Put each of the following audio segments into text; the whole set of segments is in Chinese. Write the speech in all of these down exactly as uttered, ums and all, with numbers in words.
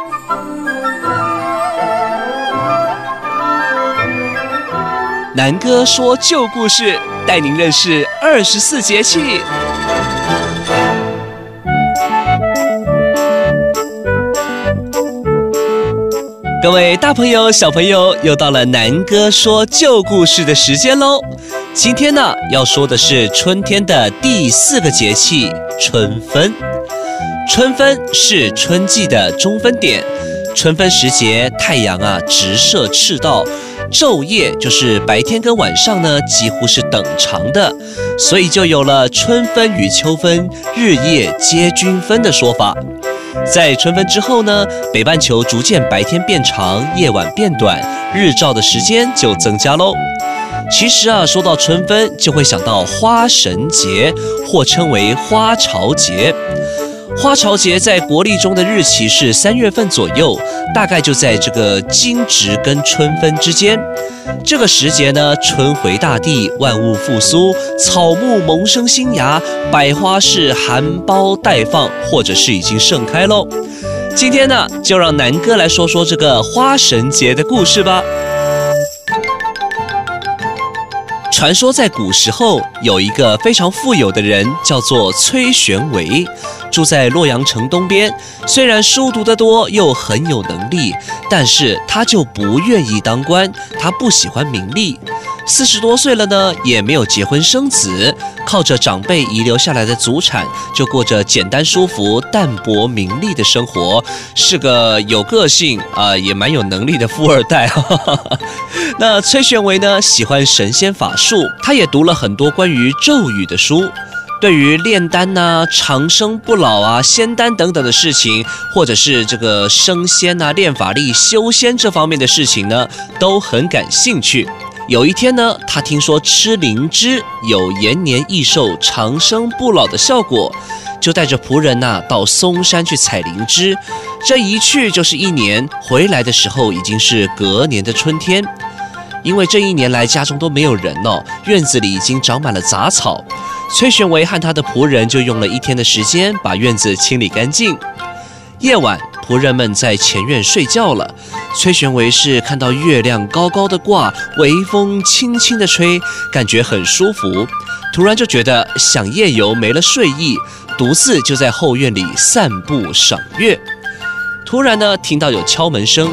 南哥说旧故事，带您认识二十四节气。各位大朋友小朋友，又到了南哥说旧故事的时间咯。今天呢，要说的是春天的第四个节气春分。春分是春季的中分点，春分时节太阳啊直射赤道，昼夜就是白天跟晚上呢几乎是等长的，所以就有了春分与秋分日夜皆均分的说法。在春分之后呢，北半球逐渐白天变长，夜晚变短，日照的时间就增加咯。其实啊，说到春分就会想到花神节，或称为花朝节。花朝节在国历中的日期是三月份左右，大概就在这个惊蛰跟春分之间。这个时节呢，春回大地，万物复苏，草木萌生新芽，百花是含苞待放，或者是已经盛开咯。今天呢，就让南哥来说说这个花神节的故事吧。传说在古时候有一个非常富有的人，叫做崔玄维，住在洛阳城东边。虽然书读得多，又很有能力，但是他就不愿意当官，他不喜欢名利。四十多岁了呢，也没有结婚生子，靠着长辈遗留下来的祖产，就过着简单舒服、淡泊名利的生活，是个有个性啊、呃，也蛮有能力的富二代。那崔玄维呢，喜欢神仙法术，他也读了很多关于咒语的书。对于炼丹啊、长生不老啊、仙丹等等的事情，或者是这个升仙啊、练法力、修仙这方面的事情呢，都很感兴趣。有一天呢，他听说吃灵芝有延年益寿、长生不老的效果，就带着仆人啊到嵩山去采灵芝。这一去就是一年，回来的时候已经是隔年的春天。因为这一年来家中都没有人哦，院子里已经长满了杂草。崔玄维和他的仆人就用了一天的时间把院子清理干净。夜晚，仆人们在前院睡觉了，崔玄维是看到月亮高高的挂，微风轻轻的吹，感觉很舒服，突然就觉得想夜游没了睡意，独自就在后院里散步赏月。突然呢，听到有敲门声，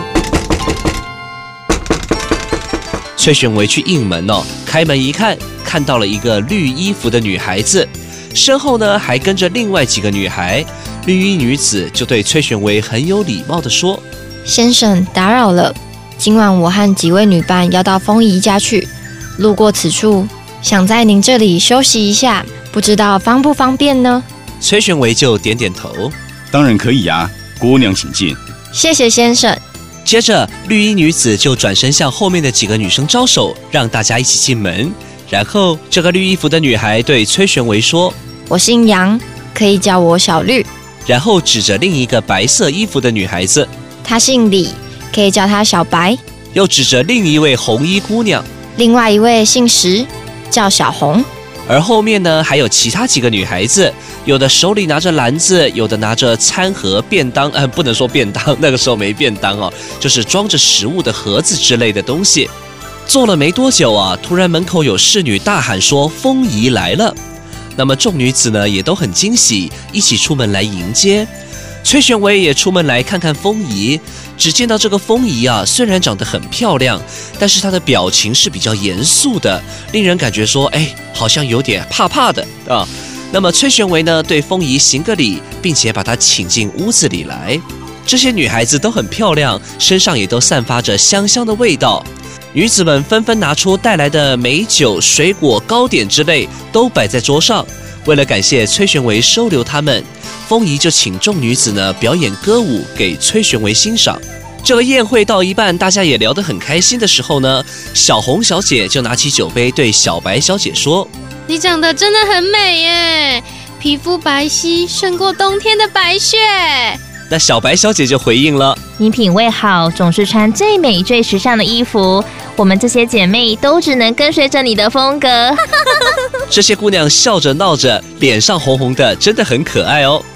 崔玄维去应门哦，开门一看，看到了一个绿衣服的女孩子，身后呢还跟着另外几个女孩。绿衣女子就对崔玄维很有礼貌地说：“ 先生，打扰了，今晚我和几位女伴要到风姨家去，路过此处，想在您这里休息一下，不知道方不方便呢？” 崔玄维就点点头：“ 当然可以啊，姑娘请进。” 谢谢先生。 接着，绿衣女子就转身向后面的几个女生招手，让大家一起进门。然后，这个绿衣服的女孩对崔玄维说：“ 我姓杨，可以叫我小绿。” 然后指着另一个白色衣服的女孩子：“ 她姓李，可以叫她小白。” 又指着另一位红衣姑娘：“ 另外一位姓石，叫小红。” 而后面呢，还有其他几个女孩子，有的手里拿着篮子，有的拿着餐盒、便当，呃，不能说便当，那个时候没便当哦，就是装着食物的盒子之类的东西。坐了没多久啊，突然门口有侍女大喊说：“风姨来了！”那么众女子呢也都很惊喜，一起出门来迎接。崔玄维也出门来看看风姨，只见到这个风姨啊，虽然长得很漂亮，但是她的表情是比较严肃的，令人感觉说，哎，好像有点怕怕的啊。那么崔玄维呢，对风姨行个礼，并且把她请进屋子里来。这些女孩子都很漂亮，身上也都散发着香香的味道。女子们纷纷拿出带来的美酒、水果、糕点之类，都摆在桌上。为了感谢崔玄维收留他们，风姨就请众女子呢表演歌舞给崔玄维欣赏。这个宴会到一半，大家也聊得很开心的时候呢，小红小姐就拿起酒杯对小白小姐说：“ 你长得真的很美耶，皮肤白皙，胜过冬天的白雪。” 那小白小姐就回应了：“ 你品味好，总是穿最美最时尚的衣服，我们这些姐妹都只能跟随着你的风格。”这些姑娘笑着闹着，脸上红红的，真的很可爱哦。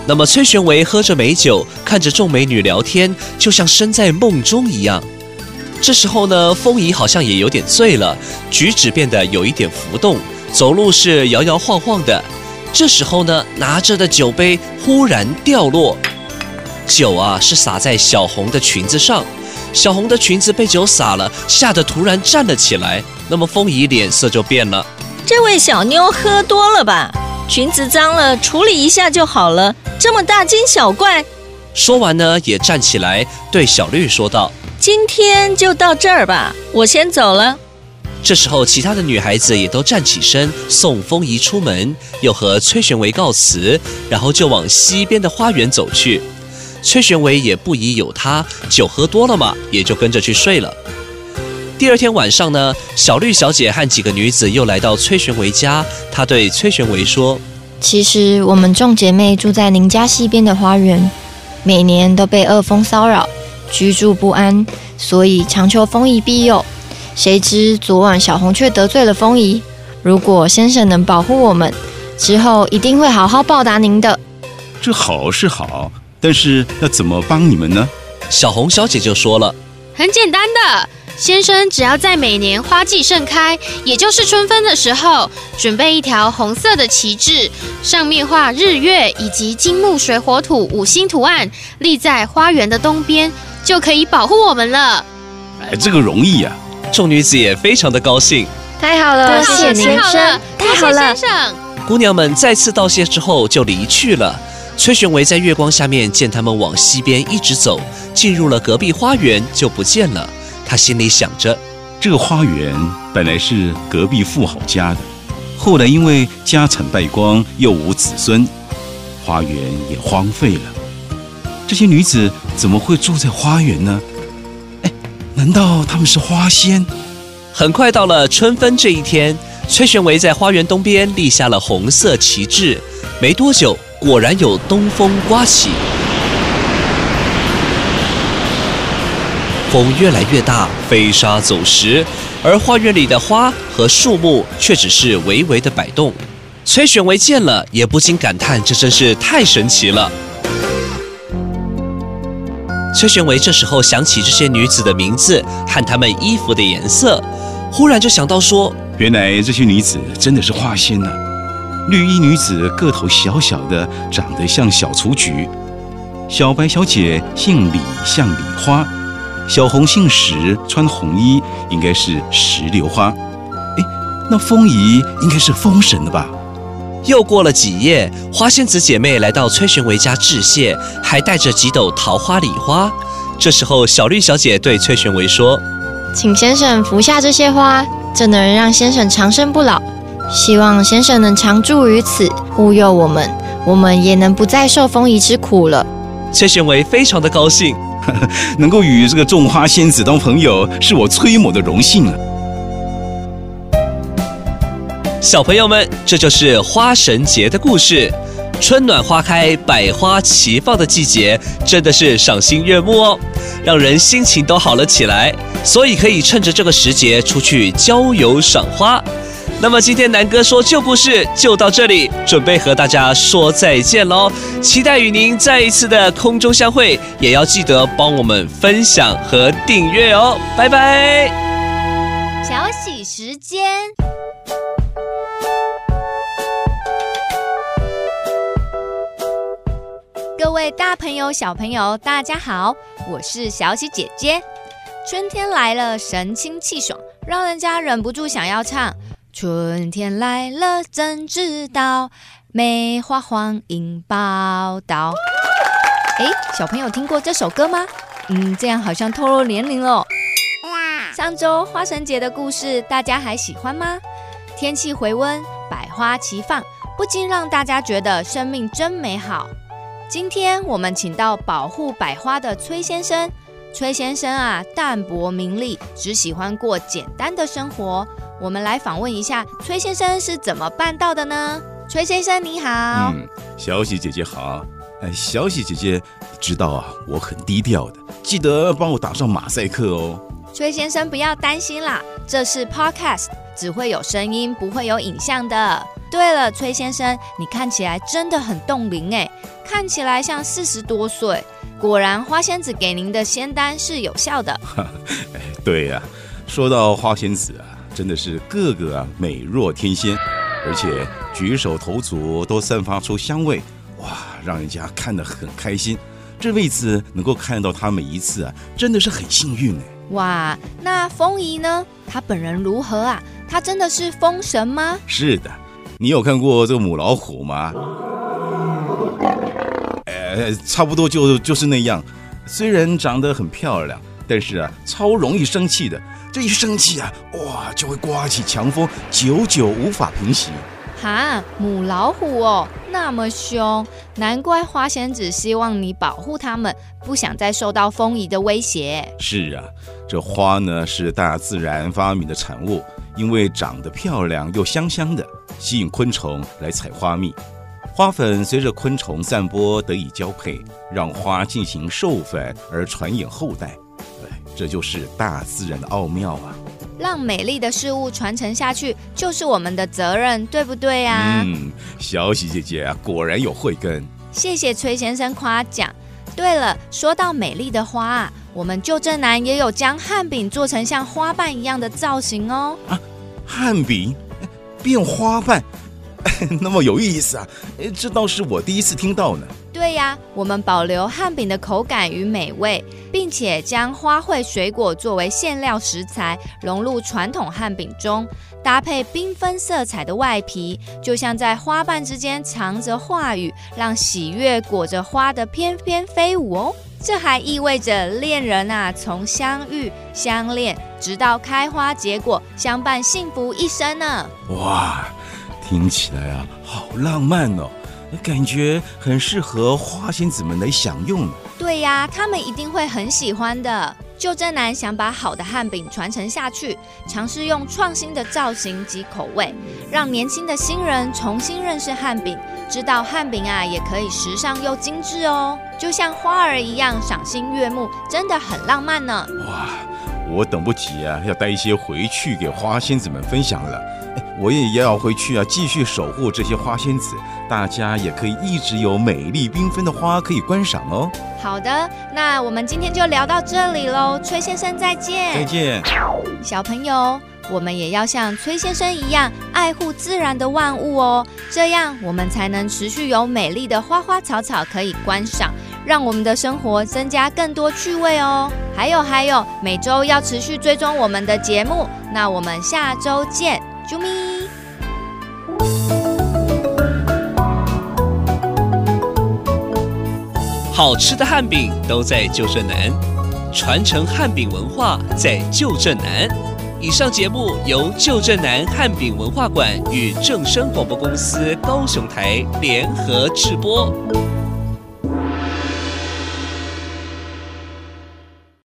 那么崔玄维喝着美酒，看着众美女聊天，就像身在梦中一样。这时候呢，风仪好像也有点醉了，举止变得有一点浮动，走路是摇摇晃晃的。这时候呢，拿着的酒杯忽然掉落，酒啊是洒在小红的裙子上，小红的裙子被酒洒了，吓得突然站了起来。那么风仪脸色就变了， 这位小妞喝多了吧？裙子脏了，处理一下就好了，这么大惊小怪。 说完呢，也站起来对小绿说道： 今天就到这儿吧，我先走了。 这时候，其他的女孩子也都站起身，送风仪出门，又和崔玄维告辞，然后就往西边的花园走去。崔玄维也不疑有他，酒喝多了嘛，也就跟着去睡了。第二天晚上呢，小绿小姐和几个女子又来到崔玄维家，她对崔玄维说： 其实我们众姐妹住在您家西边的花园，每年都被恶风骚扰，居住不安，所以常求风仪庇佑。谁知昨晚小红却得罪了风仪，如果先生能保护我们，之后一定会好好报答您的。 这好是好，但是要怎么帮你们呢？ 小红小姐就说了： 很简单的，先生只要在每年花季盛开，也就是春分的时候，准备一条红色的旗帜，上面画日月以及金木水火土五星图案，立在花园的东边，就可以保护我们了。 哎，这个容易啊！ 众女子也非常的高兴。 太好了，谢谢您， 先生， 太好了， 先生。 姑娘们再次道谢之后就离去了。崔玄维在月光下面见他们往西边一直走，进入了隔壁花园就不见了。他心里想着， 这个花园本来是隔壁富豪家的，后来因为家产败光，又无子孙，花园也荒废了。这些女子怎么会住在花园呢？哎，难道她们是花仙？ 很快到了春分这一天，崔玄维在花园东边立下了红色旗帜。没多久，果然有东风刮起，风越来越大，飞沙走石，而花园里的花和树木却只是微微的摆动。崔玄维见了，也不禁感叹，这真是太神奇了。崔玄维这时候想起这些女子的名字和她们衣服的颜色，忽然就想到说， 原来这些女子真的是花仙呢、啊。绿衣女子个头小小的，长得像小雏菊；小白小姐姓李，像李花；小红姓石，穿红衣，应该是石榴花。哎，那风仪应该是风神的吧？ 又过了几夜，花仙子姐妹来到崔玄维家致谢，还带着几斗桃花礼花。这时候，小绿小姐对崔玄维说： 请先生服下这些花，这能让先生长生不老。希望先生能常驻于此，护佑我们，我们也能不再受风仪之苦了。 崔玄维非常的高兴， 能够与这个种花仙子当朋友，是我崔某的荣幸啊！ 小朋友们，这就是花神节的故事。春暖花开，百花齐放的季节，真的是赏心悦目哦，让人心情都好了起来。所以可以趁着这个时节出去郊游赏花。那么今天南哥说旧故事就到这里，准备和大家说再见喽！期待与您再一次的空中相会，也要记得帮我们分享和订阅哦，拜拜！ 小喜时间。各位大朋友、小朋友，大家好，我是小喜姐姐。春天来了，神清气爽，让人家忍不住想要唱。春天来了，怎知道？梅花黄莺报道。诶，小朋友听过这首歌吗？嗯，这样好像透露年龄了。上周花神节的故事，大家还喜欢吗？天气回温，百花齐放，不禁让大家觉得生命真美好。今天我们请到保护百花的崔先生。崔先生啊，淡泊名利，只喜欢过简单的生活。我们来访问一下崔先生是怎么办到的呢？崔先生你好。 嗯，小喜姐姐好。哎，小喜姐姐知道啊，我很低调的，记得帮我打上马赛克哦。 崔先生不要担心啦，这是 podcast， 只会有声音，不会有影像的。对了，崔先生，你看起来真的很冻龄哎， 看起来像四十多岁。果然花仙子给您的仙丹是有效的。 哎，对呀、啊，说到花仙子啊，真的是个个啊美若天仙，而且举手投足都散发出香味，哇，让人家看得很开心。这辈子能够看到她每一次啊，真的是很幸运哎。 哇，那风姨呢？她本人如何啊？她真的是风神吗？ 是的，你有看过这个母老虎吗？呃，差不多就就是那样。虽然长得很漂亮，但是啊，超容易生气的。这一生气啊，哇，就会刮起强风，久久无法平息。 哈，母老虎哦，那么凶，难怪花仙子希望你保护它们，不想再受到风姨的威胁。 是啊，这花呢是大自然发明的产物，因为长得漂亮又香香的，吸引昆虫来采花蜜。花粉随着昆虫散播得以交配，让花进行授粉而传衍后代。这就是大自然的奥妙啊！ 让美丽的事物传承下去，就是我们的责任，对不对啊？ 嗯，小喜姐姐啊，果然有慧根。 谢谢崔先生夸奖。对了，说到美丽的花啊，我们旧镇南也有将汉饼做成像花瓣一样的造型哦。 啊，汉饼变花瓣，那么有意思啊！这倒是我第一次听到呢。 对呀，我们保留汉饼的口感与美味，并且将花卉水果作为馅料食材融入传统汉饼中，搭配缤纷色彩的外皮，就像在花瓣之间藏着话语，让喜悦裹着花的翩翩飞舞哦。这还意味着恋人啊，从相遇、相恋，直到开花结果，相伴幸福一生呢。 哇，听起来啊，好浪漫哦！感觉很适合花仙子们来享用。 对呀，他们一定会很喜欢的。旧镇南想把好的汉饼传承下去，尝试用创新的造型及口味，让年轻的新人重新认识汉饼，知道汉饼啊也可以时尚又精致哦，就像花儿一样赏心悦目，真的很浪漫呢。 哇，我等不及啊，要带一些回去给花仙子们分享了。我也要回去啊，继续守护这些花仙子，大家也可以一直有美丽缤纷的花可以观赏哦。 好的，那我们今天就聊到这里喽，崔先生再见。 再见， 小朋友，我们也要像崔先生一样爱护自然的万物哦，这样我们才能持续有美丽的花花草草可以观赏，让我们的生活增加更多趣味哦。还有还有，每周要持续追踪我们的节目，那我们下周见，啾咪。 好吃的汉饼都在旧镇南，传承汉饼文化在旧镇南。以上节目由旧镇南汉饼文化馆与正声广播公司高雄台联合制播。